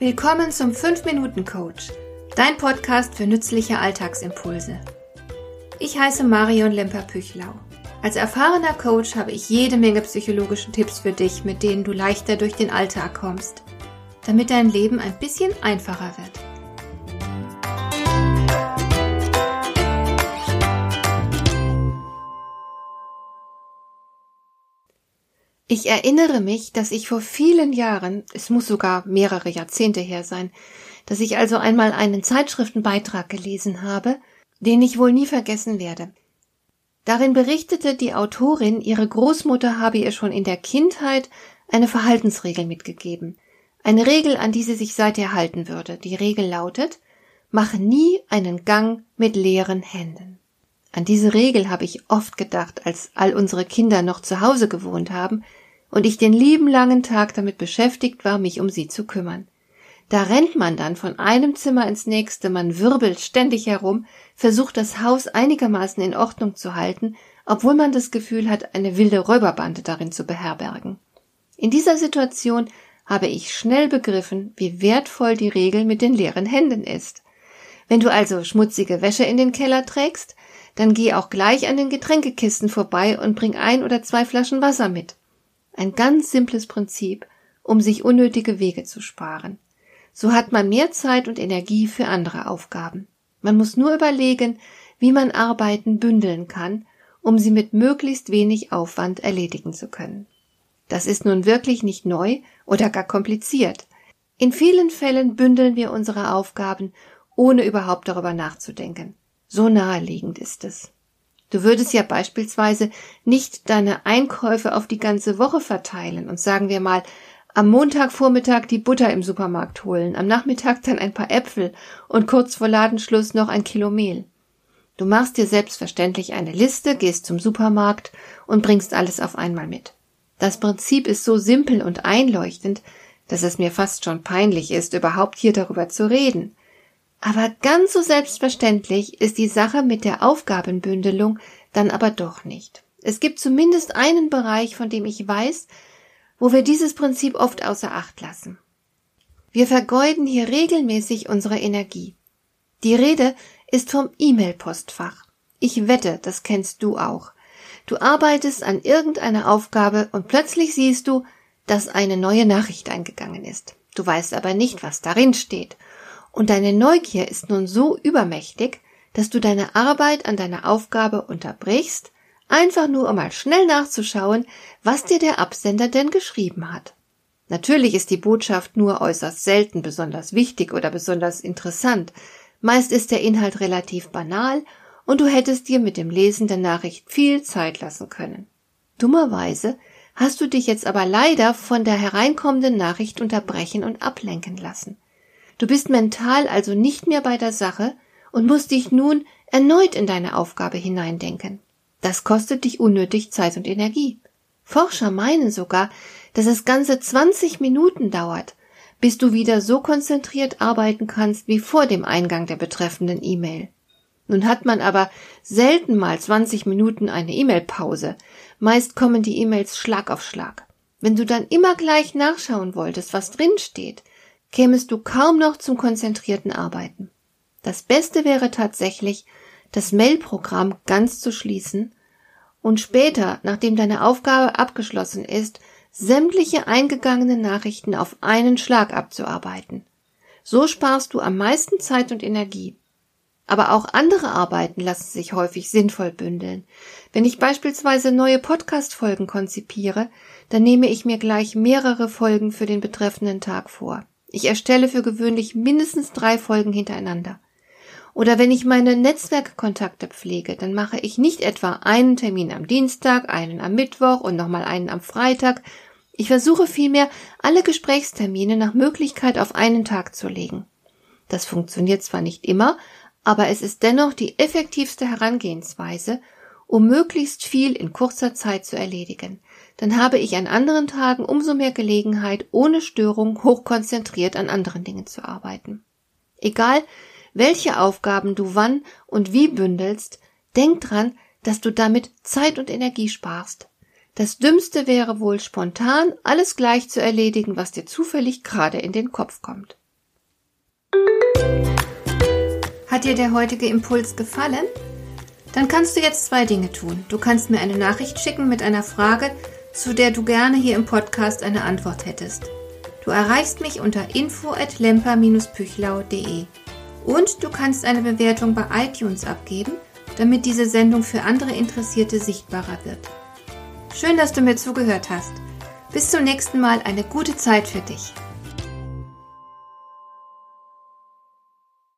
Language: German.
Willkommen zum 5-Minuten-Coach, dein Podcast für nützliche Alltagsimpulse. Ich heiße Marion Lemper-Püchlau. Als erfahrener Coach habe ich jede Menge psychologische Tipps für dich, mit denen du leichter durch den Alltag kommst, damit dein Leben ein bisschen einfacher wird. Ich erinnere mich, dass ich vor vielen Jahren, es muss sogar mehrere Jahrzehnte her sein, dass ich also einmal einen Zeitschriftenbeitrag gelesen habe, den ich wohl nie vergessen werde. Darin berichtete die Autorin, ihre Großmutter habe ihr schon in der Kindheit eine Verhaltensregel mitgegeben. Eine Regel, an die sie sich seither halten würde. Die Regel lautet: Mach nie einen Gang mit leeren Händen. An diese Regel habe ich oft gedacht, als all unsere Kinder noch zu Hause gewohnt haben und ich den lieben langen Tag damit beschäftigt war, mich um sie zu kümmern. Da rennt man dann von einem Zimmer ins nächste, man wirbelt ständig herum, versucht das Haus einigermaßen in Ordnung zu halten, obwohl man das Gefühl hat, eine wilde Räuberbande darin zu beherbergen. In dieser Situation habe ich schnell begriffen, wie wertvoll die Regel mit den leeren Händen ist. Wenn du also schmutzige Wäsche in den Keller trägst, dann geh auch gleich an den Getränkekisten vorbei und bring 1 oder 2 Flaschen Wasser mit. Ein ganz simples Prinzip, um sich unnötige Wege zu sparen. So hat man mehr Zeit und Energie für andere Aufgaben. Man muss nur überlegen, wie man Arbeiten bündeln kann, um sie mit möglichst wenig Aufwand erledigen zu können. Das ist nun wirklich nicht neu oder gar kompliziert. In vielen Fällen bündeln wir unsere Aufgaben, ohne überhaupt darüber nachzudenken. So naheliegend ist es. Du würdest ja beispielsweise nicht deine Einkäufe auf die ganze Woche verteilen und sagen wir mal, am Montagvormittag die Butter im Supermarkt holen, am Nachmittag dann ein paar Äpfel und kurz vor Ladenschluss noch 1 Kilo Mehl. Du machst dir selbstverständlich eine Liste, gehst zum Supermarkt und bringst alles auf einmal mit. Das Prinzip ist so simpel und einleuchtend, dass es mir fast schon peinlich ist, überhaupt hier darüber zu reden. Aber ganz so selbstverständlich ist die Sache mit der Aufgabenbündelung dann aber doch nicht. Es gibt zumindest einen Bereich, von dem ich weiß, wo wir dieses Prinzip oft außer Acht lassen. Wir vergeuden hier regelmäßig unsere Energie. Die Rede ist vom E-Mail-Postfach. Ich wette, das kennst du auch. Du arbeitest an irgendeiner Aufgabe und plötzlich siehst du, dass eine neue Nachricht eingegangen ist. Du weißt aber nicht, was darin steht. Und deine Neugier ist nun so übermächtig, dass du deine Arbeit an deiner Aufgabe unterbrichst, einfach nur um mal schnell nachzuschauen, was dir der Absender denn geschrieben hat. Natürlich ist die Botschaft nur äußerst selten besonders wichtig oder besonders interessant. Meist ist der Inhalt relativ banal und du hättest dir mit dem Lesen der Nachricht viel Zeit lassen können. Dummerweise hast du dich jetzt aber leider von der hereinkommenden Nachricht unterbrechen und ablenken lassen. Du bist mental also nicht mehr bei der Sache und musst dich nun erneut in deine Aufgabe hineindenken. Das kostet dich unnötig Zeit und Energie. Forscher meinen sogar, dass es ganze 20 Minuten dauert, bis du wieder so konzentriert arbeiten kannst wie vor dem Eingang der betreffenden E-Mail. Nun hat man aber selten mal 20 Minuten eine E-Mail-Pause. Meist kommen die E-Mails Schlag auf Schlag. Wenn du dann immer gleich nachschauen wolltest, was drin steht, kämest du kaum noch zum konzentrierten Arbeiten. Das Beste wäre tatsächlich, das Mail-Programm ganz zu schließen und später, nachdem deine Aufgabe abgeschlossen ist, sämtliche eingegangenen Nachrichten auf einen Schlag abzuarbeiten. So sparst du am meisten Zeit und Energie. Aber auch andere Arbeiten lassen sich häufig sinnvoll bündeln. Wenn ich beispielsweise neue Podcast-Folgen konzipiere, dann nehme ich mir gleich mehrere Folgen für den betreffenden Tag vor. Ich erstelle für gewöhnlich mindestens 3 Folgen hintereinander. Oder wenn ich meine Netzwerkkontakte pflege, dann mache ich nicht etwa einen Termin am Dienstag, einen am Mittwoch und nochmal einen am Freitag. Ich versuche vielmehr, alle Gesprächstermine nach Möglichkeit auf einen Tag zu legen. Das funktioniert zwar nicht immer, aber es ist dennoch die effektivste Herangehensweise, um möglichst viel in kurzer Zeit zu erledigen. Dann habe ich an anderen Tagen umso mehr Gelegenheit, ohne Störung hochkonzentriert an anderen Dingen zu arbeiten. Egal, welche Aufgaben du wann und wie bündelst, denk dran, dass du damit Zeit und Energie sparst. Das Dümmste wäre wohl, spontan alles gleich zu erledigen, was dir zufällig gerade in den Kopf kommt. Hat dir der heutige Impuls gefallen? Dann kannst du jetzt 2 Dinge tun. Du kannst mir eine Nachricht schicken mit einer Frage, zu der du gerne hier im Podcast eine Antwort hättest. Du erreichst mich unter info@lemper-püchlau.de. Und du kannst eine Bewertung bei iTunes abgeben, damit diese Sendung für andere Interessierte sichtbarer wird. Schön, dass du mir zugehört hast. Bis zum nächsten Mal, eine gute Zeit für dich.